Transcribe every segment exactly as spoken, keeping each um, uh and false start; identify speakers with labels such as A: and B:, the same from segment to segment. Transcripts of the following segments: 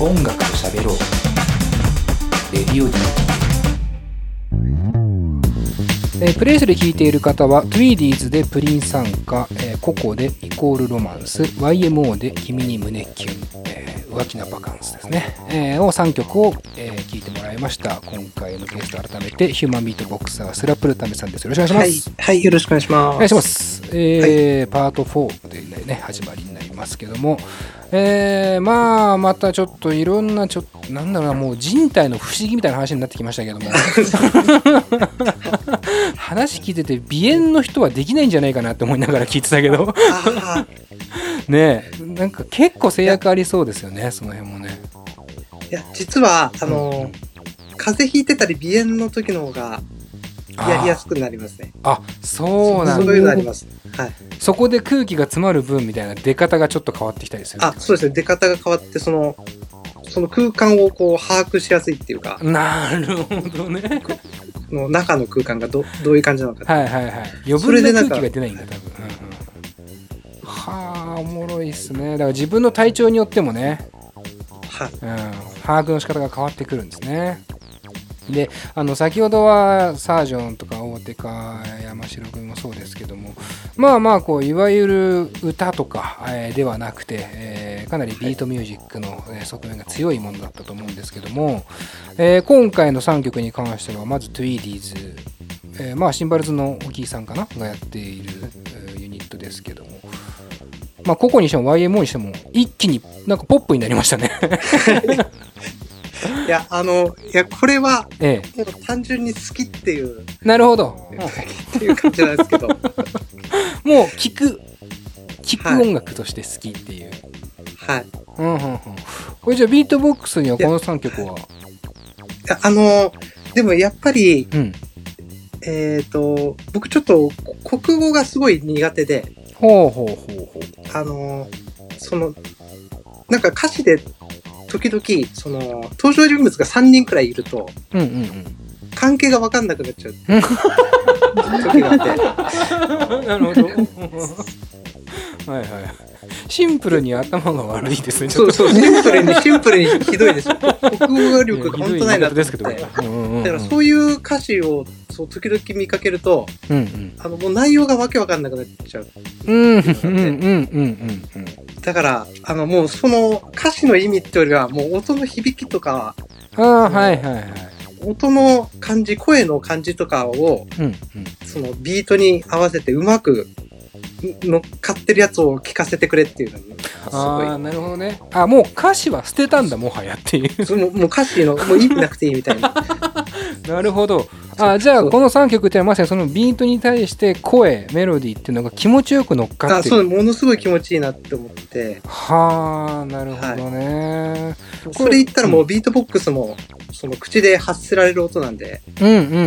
A: 音楽と喋ろう。レディオ ディーティー。えー、プレイスで聴いている方は トゥイーディーズ でプリン参加、えー、ココでイコールロマンス、 ワイエムオー で君に胸キュン、えー、浮気なバカンスですね、えー、をさんきょくを、えー、聴いてもらいました。今回のゲスト改めてヒューマンビートボクサースラプルタメさんです。よろしくお願いします。
B: はい、はい、よろしくお願いします。
A: お願いします。えーはい、パートフォーというね始まりになりますけども、えー、まあまたちょっといろんなちょっとなんだろうな、もう人体の不思議みたいな話になってきましたけども話聞いてて鼻炎の人はできないんじゃないかなって思いながら聞いてたけどねえ、なんか結構制約ありそうですよね、その辺もね。
B: いや実はあの、うん、風邪ひいてたり鼻炎の時の方がやりやすくなりますね。
A: あ、そうなんだ。
B: そういうのあります。はい。
A: そこで空気が詰まる分みたいな出方がちょっと変わってきたりする。
B: あ、そうですね。出方が変わってそのその空間をこう把握しやすいっていうか。
A: なるほどね。
B: の中の空間が ど, どういう感じなのか。
A: はいはいはい。余分な空気が出ないんだ多分。うんうん、はあ、おもろいっすね。だから自分の体調によってもね、
B: はい、
A: うん、把握の仕方が変わってくるんですね。で、あの先ほどはサージョンとか大手か山城君もそうですけども、まあまあこういわゆる歌とか、えー、ではなくて、えー、かなりビートミュージックの側面が強いものだったと思うんですけども、えー、今回のさんきょくに関してはまず トゥイーディーズ、えー、まあシンバルズのおきいさんかながやっているユニットですけども、まあここにしても ワイエムオー にしても一気になんかポップになりましたね
B: いや、あの、いや、これは、
A: ええ、
B: 単純に好きっていう。
A: なるほど。
B: っていう感じなんですけど。もう、
A: 聴く、聴く音楽として好きっていう。
B: はい。
A: うんうんうん。これじゃあ、ビートボックスにはこのさんきょくは？い
B: や、あの、でもやっぱり、
A: うん、
B: えっと、僕ちょっと国語がすごい苦手で。
A: ほうほうほうほう。
B: あの、その、なんか歌詞で、時々その登場人物がさんにんくらいいると、
A: うんうんうん、
B: 関係が分かんなくなっちゃう時があって。
A: なるほど。はいはい。シンプルに頭が悪いですね。
B: そうそう、シンプルにシンプルにひどいですよ。国語力が本当ないなと思って。だからそういう歌詞をそう時々見かけると、うんうん、あのもう内容がわけわかんなくなっちゃう。
A: うんうんうんうんうんうん。
B: だからあのもうその歌詞の意味っていうよりはもう音の響きとか、
A: ああはいはいはい。
B: 音の感じ、声の感じとかを、うんうん、そのビートに合わせてうまく乗っかってるやつを聞かせてくれっていうのにすごい。
A: ああなるほどね。あ、もう歌詞は捨てたんだもはやっていう。
B: そのもう歌詞のもう意味なくていいみたいな。
A: なるほど。あ、じゃあこのさんきょくってまさにそのビートに対して声メロディーっていうのが気持ちよく乗っかってる。
B: あ、そう、ものすごい気持ちいいなって思って。
A: はあ、なるほどね。
B: はい、それ言ったらもうビートボックスもその口で発せられる音なんで。
A: うんうんうんうん。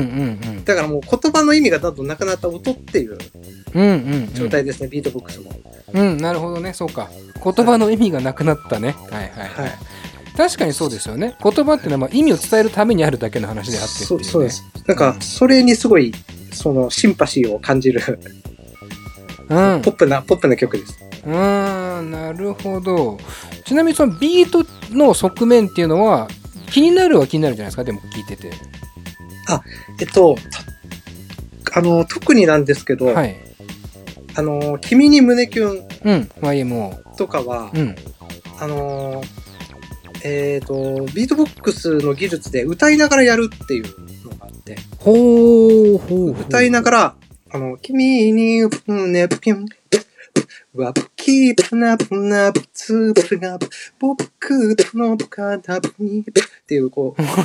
B: だからもう言葉の意味がどんどんなくなった音っていう状態ですね、うんうんうん、ビートボックスも。
A: うん、なるほどね、そうか。言葉の意味がなくなったね。はいはいはい。はい、確かにそうですよね。言葉っていうのはまあ意味を伝えるためにあるだけの話であってっていう、ね、
B: そう、そうです。なんかそれにすごいそのシンパシーを感じる、うん、ポップなポップな曲です。
A: うーん、なるほど。ちなみにそのビートの側面っていうのは気になるは気になるじゃないですか。でも聞いてて。
B: あ、えっとあの特になんですけど、はい、あの君に胸キュン、
A: うん、ワイエムオー
B: とかは、うん、あのえっとビートボックスの技術で歌いながらやるっていうのがあって、
A: ほうほう、
B: 歌いながらあの君に胸キュンわぶきぶなぶなぶつぶが僕とのぶかたぶにっていうこうビ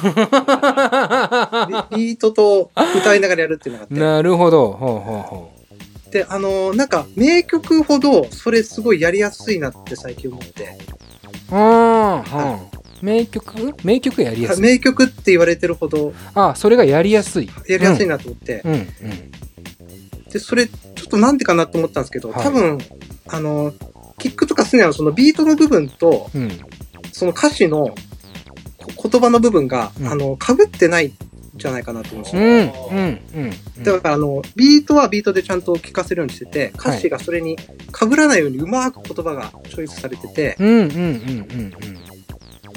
B: ートと歌いながらやるっていうのがあって。
A: なるほど。ほうほうほ
B: う。で、あのなんか名曲ほどそれすごいやりやすいなって最近思って。
A: ああ、はい、名曲名曲やりやすい。
B: 名曲って言われてるほど。
A: あ、それがやりやすい。
B: やりやすいなと思って。うんうんうん、でそれちょっとなんでかなと思ったんですけど、はい、多分あのキックとかスネアのそのビートの部分と、うん、その歌詞の言葉の部分が、うん、あの被ってないんじゃないかなと思うんですよ。うんうんうん、だからあのビートはビートでちゃんと聞かせるようにしてて、歌詞がそれに被らないようにうまく言葉がチョイスされてて、うんうんうんうんうん、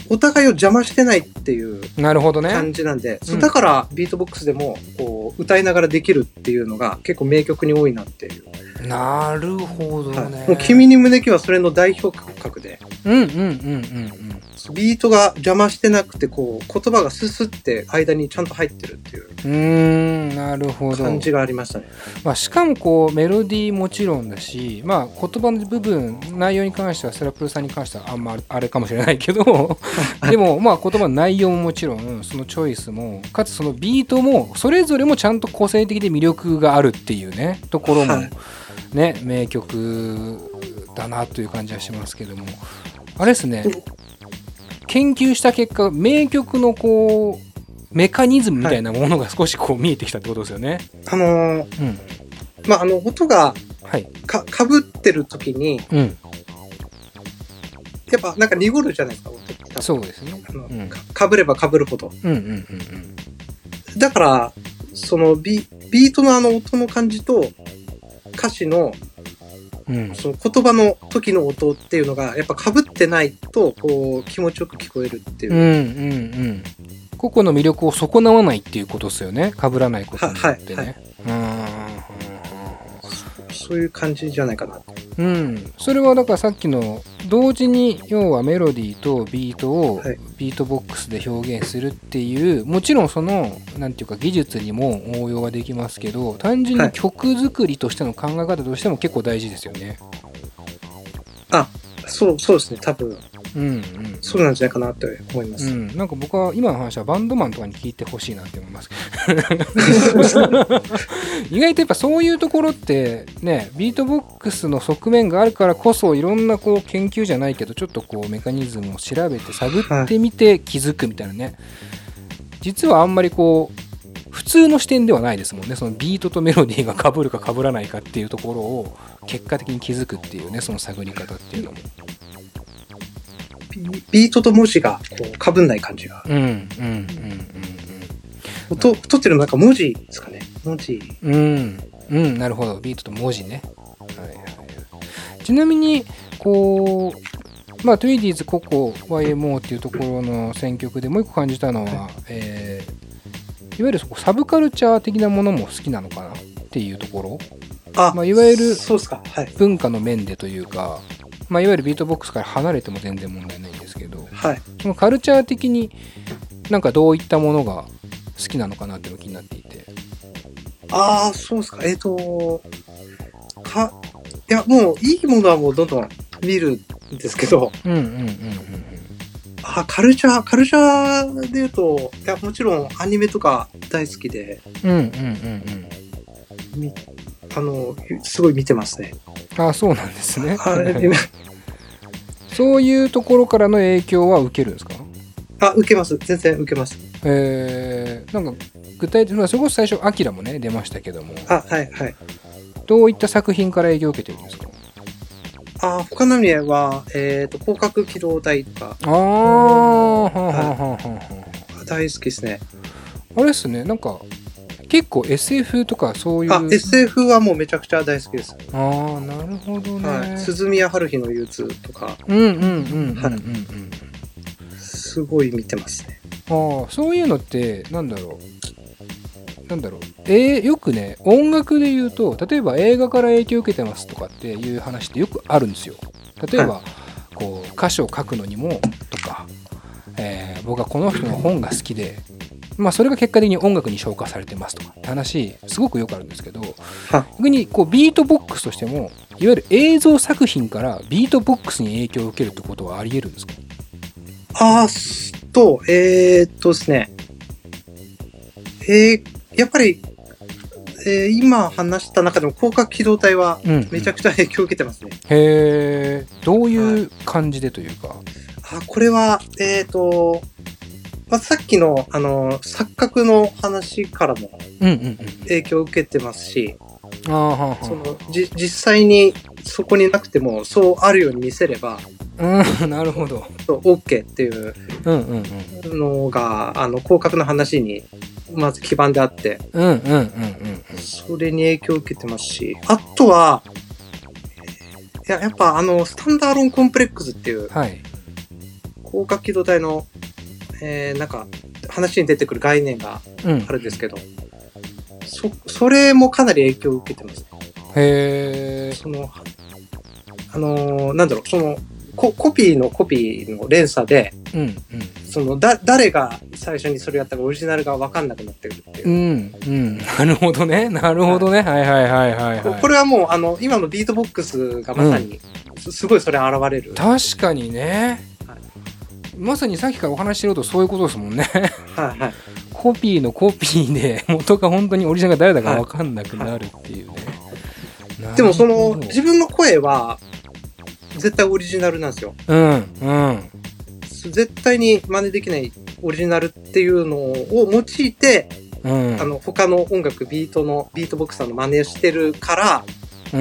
B: お互いを邪魔してないっていう
A: なるほどね
B: 感じなんで、
A: うん、
B: だからビートボックスでもこう歌いながらできるっていうのが結構名曲に多いなっていう。
A: なるほどね、はい、
B: もう君に胸キュンはそれの代表格で、
A: うんうんうんうんうん
B: ビートが邪魔してなくてこう言葉がススって間にちゃんと入ってるっていう
A: うーんなるほど
B: 感じがありましたね。
A: まあ、しかもこうメロディーもちろんだし、まあ、言葉の部分内容に関してはセラプルさんに関してはあんまあれかもしれないけどでもまあ言葉の内容ももちろんそのチョイスもかつそのビートもそれぞれもちゃんと個性的で魅力があるっていうねところもね、はい、名曲だなという感じはしますけどもあれですね研究した結果名曲のこうメカニズムみたいなものが少しこう見えてきたってことですよね。
B: あのー、うん、まああの音がかかぶってる時に、うん、やっぱなんか濁るじゃないですか音って。
A: そうですね。
B: あの、うん、か, かぶればかぶるほど。
A: うんうんうんうん、
B: だからそのビビートのあの音の感じと歌詞のうん、その言葉の時の音っていうのがやっぱ被ってないとこう気持ちよく聞こえるっていう。うんうんうん。
A: 個々の魅力を損なわないっていうことですよね。被らないことによってね。はいはい、うん
B: そういう感じじゃないかな。
A: うん。それはだからさっきの同時に要はメロディーとビートをビートボックスで表現するっていう、もちろんそのなんていうか技術にも応用はできますけど、単純に曲作りとしての考え方としても結構大事ですよね。
B: はい、あ、そうそうですね。多分。
A: うんうん、
B: そうなんじゃないかなって思います、
A: うん、なんか僕は今の話はバンドマンとかに聞いてほしいなって思います意外とやっぱそういうところってねビートボックスの側面があるからこそいろんなこう研究じゃないけどちょっとこうメカニズムを調べて探ってみて気づくみたいなね、はい、実はあんまりこう普通の視点ではないですもんね。そのビートとメロディーが被るか被らないかっていうところを結果的に気づくっていうねその探り方っていうのも
B: ビートと文字がこう被んない感じが。うんうんうんうんうん。音音っていうのはなんか文字ですかね。文字。
A: うんうんなるほどビートと文字ね。はいはい。ちなみにこうまあトゥイディーズココ ワイエムオー っていうところの選曲でもう一個感じたのは、はいえー、いわゆるそこサブカルチャー的なものも好きなのかなっていうところ。
B: あ、
A: まあいわゆる
B: そうですか。はい。
A: 文化の面でというか。まあ、いわゆるビートボックスから離れても全然問題ないんですけど、
B: はい、
A: そのカルチャー的になんかどういったものが好きなのかなっていうのが気になっていて。
B: ああそうですか。えっ、ー、とかいやもういいものはもうどんどん見るんですけど、うんうんうんうん、あカルチャーカルチャーでいうといやもちろんアニメとか大好きで、うんうんうんうん、あのすごい見てますね。
A: ああそうなんですね。そういうところからの影響は受けるんですか？
B: あ受けます全然受けます。
A: えー、なんか具体的にそれこそ最初アキラもね出ましたけども、
B: あはいはい。
A: どういった作品から影響を受けてるんですか？
B: あ他の例はえっ、ー、と広角機動隊とか。
A: ああ、はあはあはあは
B: あ。大好きですね。
A: あれですねなんか。結構 エスエフ とかそういう
B: あ エスエフ はもうめちゃくちゃ大好きです。
A: ああなるほどね、はい、
B: 鈴宮春日の憂鬱とか
A: うんうんうんうんうんうん、はい、
B: すごい見てますね。
A: ああそういうのってなんだろうなんだろうえー、よくね音楽で言うと例えば映画から影響を受けてますとかっていう話ってよくあるんですよ。例えば、はい、こう歌詞を書くのにもとか、えー、僕はこの人の本が好きでまあそれが結果的に音楽に昇華されてますとかって話すごくよくあるんですけど、逆にこうビートボックスとしてもいわゆる映像作品からビートボックスに影響を受けるってことはあり得るんですか？
B: あーとえー、っとですねえー、やっぱり、えー、今話した中でも広角機動隊はめちゃくちゃ影響を受けてますね。
A: うんうん、へえどういう感じでというか、はい、
B: あこれはえー、っとまあ、さっきの、あの、錯覚の話からも影響を受けてますし、うんうんうん、そのじ実際にそこになくてもそうあるように見せれば、
A: うん、なるほど。
B: OK っていうのが、うんうんうん、あの広角の話にまず基盤であって、うんうんうんうん、それに影響を受けてますし、あとは、いや、やっぱあのスタンダーロンコンプレックスっていう、はい広角機動隊の、えー、なんか話に出てくる概念があるんですけど、うん、そそれもかなり影響を受けてます。
A: へー。
B: そのあのー、なんだろう、そのココピーのコピーの連鎖で、うんうん、そのだ誰が最初にそれやったかオリジナルが分かんなくなってるっていう。
A: うんうん。なるほどね、なるほどね、はい、はいはいはいはい。
B: これはもうあの今のビートボックスがまさに、うん、すごいそれ現れる。
A: 確かにね。はい、まさにさっきからお話ししてるとそういうことですもんね。はいはい。コピーのコピーで元が本当にオリジナルが誰だか分かんなくなるっていうね。
B: はいはい、でもその自分の声は絶対オリジナルなんですよ。
A: うんうん。
B: 絶対に真似できないオリジナルっていうのを用いて、うん、あの他の音楽ビートのビートボックスさんの真似をしてるから、うん、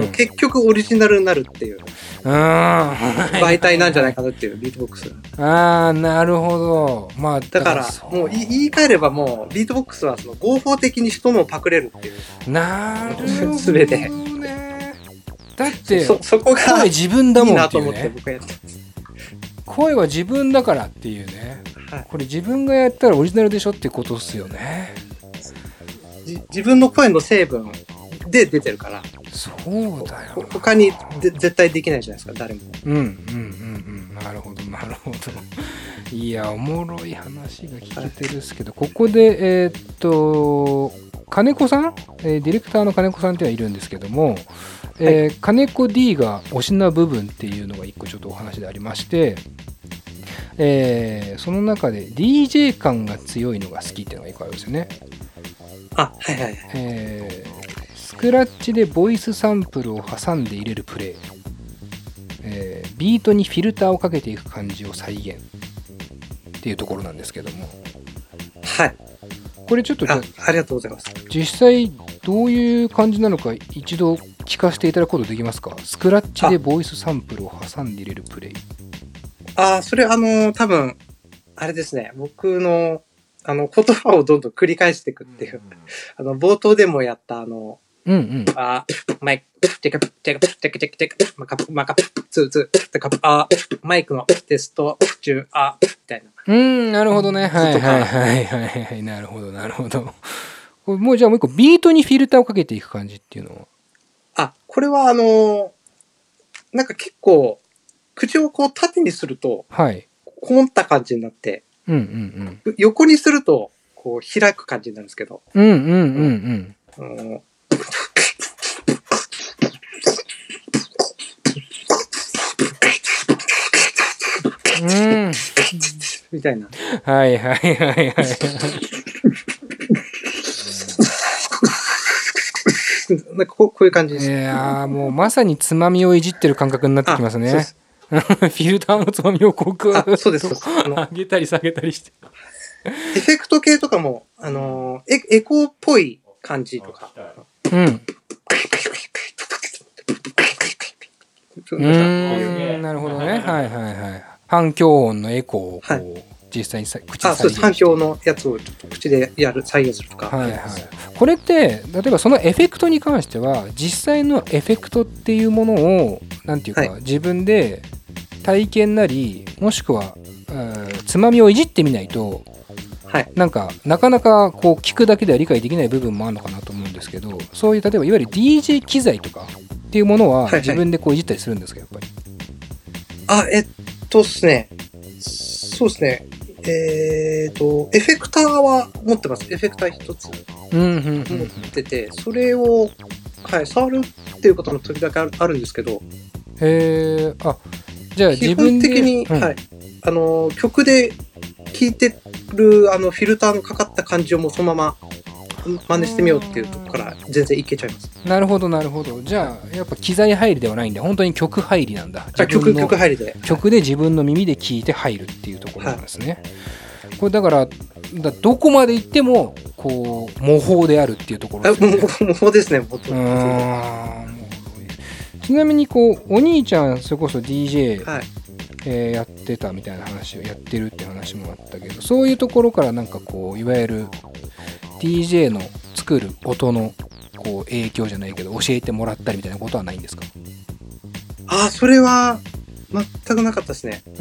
B: 結局オリジナルになるっていう、うん、媒体なんじゃないかなっていうビートボックス。
A: ああ、なるほど。まあ
B: だからもう言い換えればもうビートボックスはその合法的に人のをパクれるっていう。
A: なるほど。
B: すべて。
A: だって
B: そそこが
A: 声自分だもんっていうね。
B: いいなと思って僕はやってます。
A: 声は自分だからっていうね、はい、これ自分がやったらオリジナルでしょってことっすよね。
B: 自分の声の成分で出てるから。
A: そうだよ。
B: 他にで絶対できないじゃないですか、誰も。
A: うんうんうんうん。なるほどなるほど。いや、おもろい話が聞けてるっすけど、はい、ここでえー、っと金子さん、えー、ディレクターの金子さんっていうのはいるんですけども、えーはい、金子 D が推しな部分っていうのが一個ちょっとお話でありまして、えー、その中で ディージェー 感が強いのが好きっていうのが一個あるんですよね。
B: あ、はいはいはい。
A: えー、スクラッチでボイスサンプルを挟んで入れるプレイ、えー、ビートにフィルターをかけていく感じを再現っていうところなんですけども、
B: はい。
A: これちょっと
B: あ, ありがとうございます。
A: 実際どういう感じなのか一度聞かせていただくことできますか？スクラッチでボイスサンプルを挟んで入れるプレイ。
B: ああ、それあのー、多分あれですね。僕のあの言葉をどんどん繰り返していくっていう、うん、あの冒頭でもやったあの、
A: うんうん、
B: あマイクテカテカテカテカテカテカマカマカツーツーテカあマイクのテスト中あみたいな。
A: うん、なるほどね。はいはいはいはいはい、なるほどなるほど。これもうじゃあもう一個ビートにフィルターをかけていく感じっていうのは。
B: あ、これはあのー、なんか結構口をこう縦にすると、
A: はい、
B: こもった感じになって、
A: うんうんうん、
B: 横にするとこう開く感じになるんですけど。
A: うんうんうんうん。
B: うんうん、みたいな。
A: はいはいはいはい。
B: なんかこう、こういう感じです。
A: いやーもうまさにつまみをいじってる感覚になってきますね。フィルターのつまみをこう
B: あ、そうです。
A: 上げたり下げたりして。
B: エフェクト系とかも、あのー、エ, エコーっぽい感じとか。
A: うん。うーん、なるほどね。はいはいはい。反響音のエコーをこう、はい、実際にさ口で再現して。あ、そうです。
B: 反響のやつをちょっと口でやる再現するとか。
A: はいはい。これって例えばそのエフェクトに関しては実際のエフェクトっていうものをなんていうか、はい、自分で体験なりもしくはつまみをいじってみないと、
B: はい、
A: なんかなかなかこう聞くだけでは理解できない部分もあるのかなと思うんですけど、そういう例えばいわゆる ディージェー 機材とかっていうものは自分でこういじったりするんですか、やっぱり。
B: あ、えっとですね、そうですね、えーと、エフェクターは持ってます。エフェクター一つ持ってて、それを、はい、触るっていうことも時々あるんですけど、
A: へー、あ、じゃあ自分で
B: 基本的に、うん、はい、あの曲で聴いてるあのフィルターのかかった感じをもうそのまま真似してみようっていうところから全然いけちゃいます。
A: なるほどなるほど。じゃあやっぱ機材入りではないんで本当に曲入りなんだ。
B: 曲曲入りで
A: 曲で自分の耳で聴いて入るっていうところなんですね。はい、これだからだどこまで行ってもこう模倣であるっていうところですね。
B: 模倣ですね。模
A: 倣。ちなみにこうお兄ちゃんそれこそ ディージェー、
B: はい、
A: えー、やってたみたいな話をやってるって話もあったけど、そういうところからなんかこういわゆる ディージェー の作る音のこう影響じゃないけど教えてもらったりみたいなことはないんですか？
B: あ、それは全くなかったですね。
A: うん。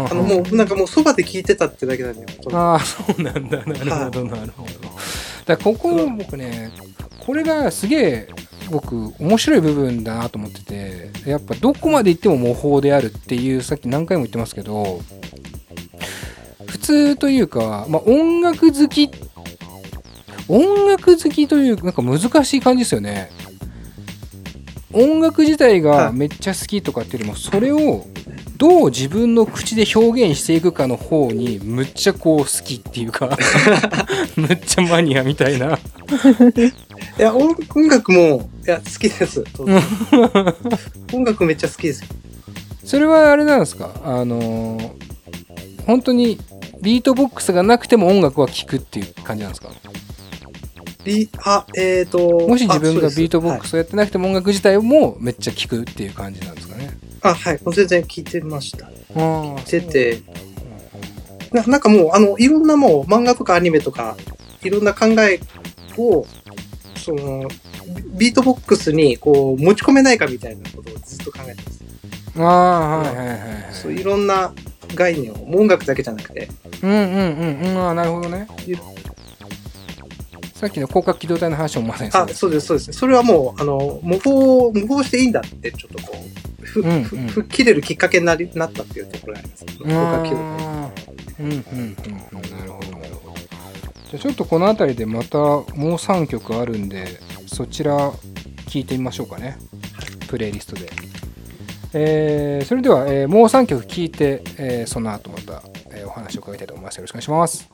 B: あの、もう、なんかもうそばで聞いてたってだけなんだよ。
A: ああ、そうなんだ。なるほど、なるほど。だからここの僕ね、これがすげえ、僕、面白い部分だなと思ってて、やっぱどこまで行っても模倣であるっていう、さっき何回も言ってますけど、普通というか、まあ、音楽好き、音楽好きという、なんか難しい感じですよね。音楽自体がめっちゃ好きとかっていうよりも、それをどう自分の口で表現していくかの方にむっちゃこう好きっていうかむっちゃマニアみたいな。
B: いや、音楽も、いや、好きです。音楽めっちゃ好きです。
A: それはあれなんですか、あのー、本当にビートボックスがなくても音楽は聴くっていう感じなんですか？
B: ビあ、えーと、
A: もし自分がビートボックスをやってなくても音楽自体もめっちゃ聴くっていう感じなんですかね。
B: あ、はい。もう全然聞いてました。聞いててな。なんかもう、あの、いろんなもう漫画とかアニメとか、いろんな考えを、その、ビートボックスにこう持ち込めないかみたいなことをずっと考えてます。
A: ああ、はいはいはい。
B: そう、いろんな概念を、音楽だけじゃなくて。
A: うんうんうんうん、ああ、なるほどね。さっきの広角機動隊の話もまさに
B: そうです。あ、そうです、そうです。それはもう、あの、模倣、模倣していいんだって、ちょっとこう、ふ、うんうん、ふ、吹っ切れるきっかけになり、なったっていうところがあります。広角機動隊。うんうんうんうん、な
A: るほど、なるほど。じゃあちょっとこの辺りでまたもうさんきょくあるんで、そちら聞いてみましょうかね。プレイリストで。えー、それでは、えー、もうさんきょく聞いて、えー、その後また、えー、お話を伺いたいと思います。よろしくお願いします。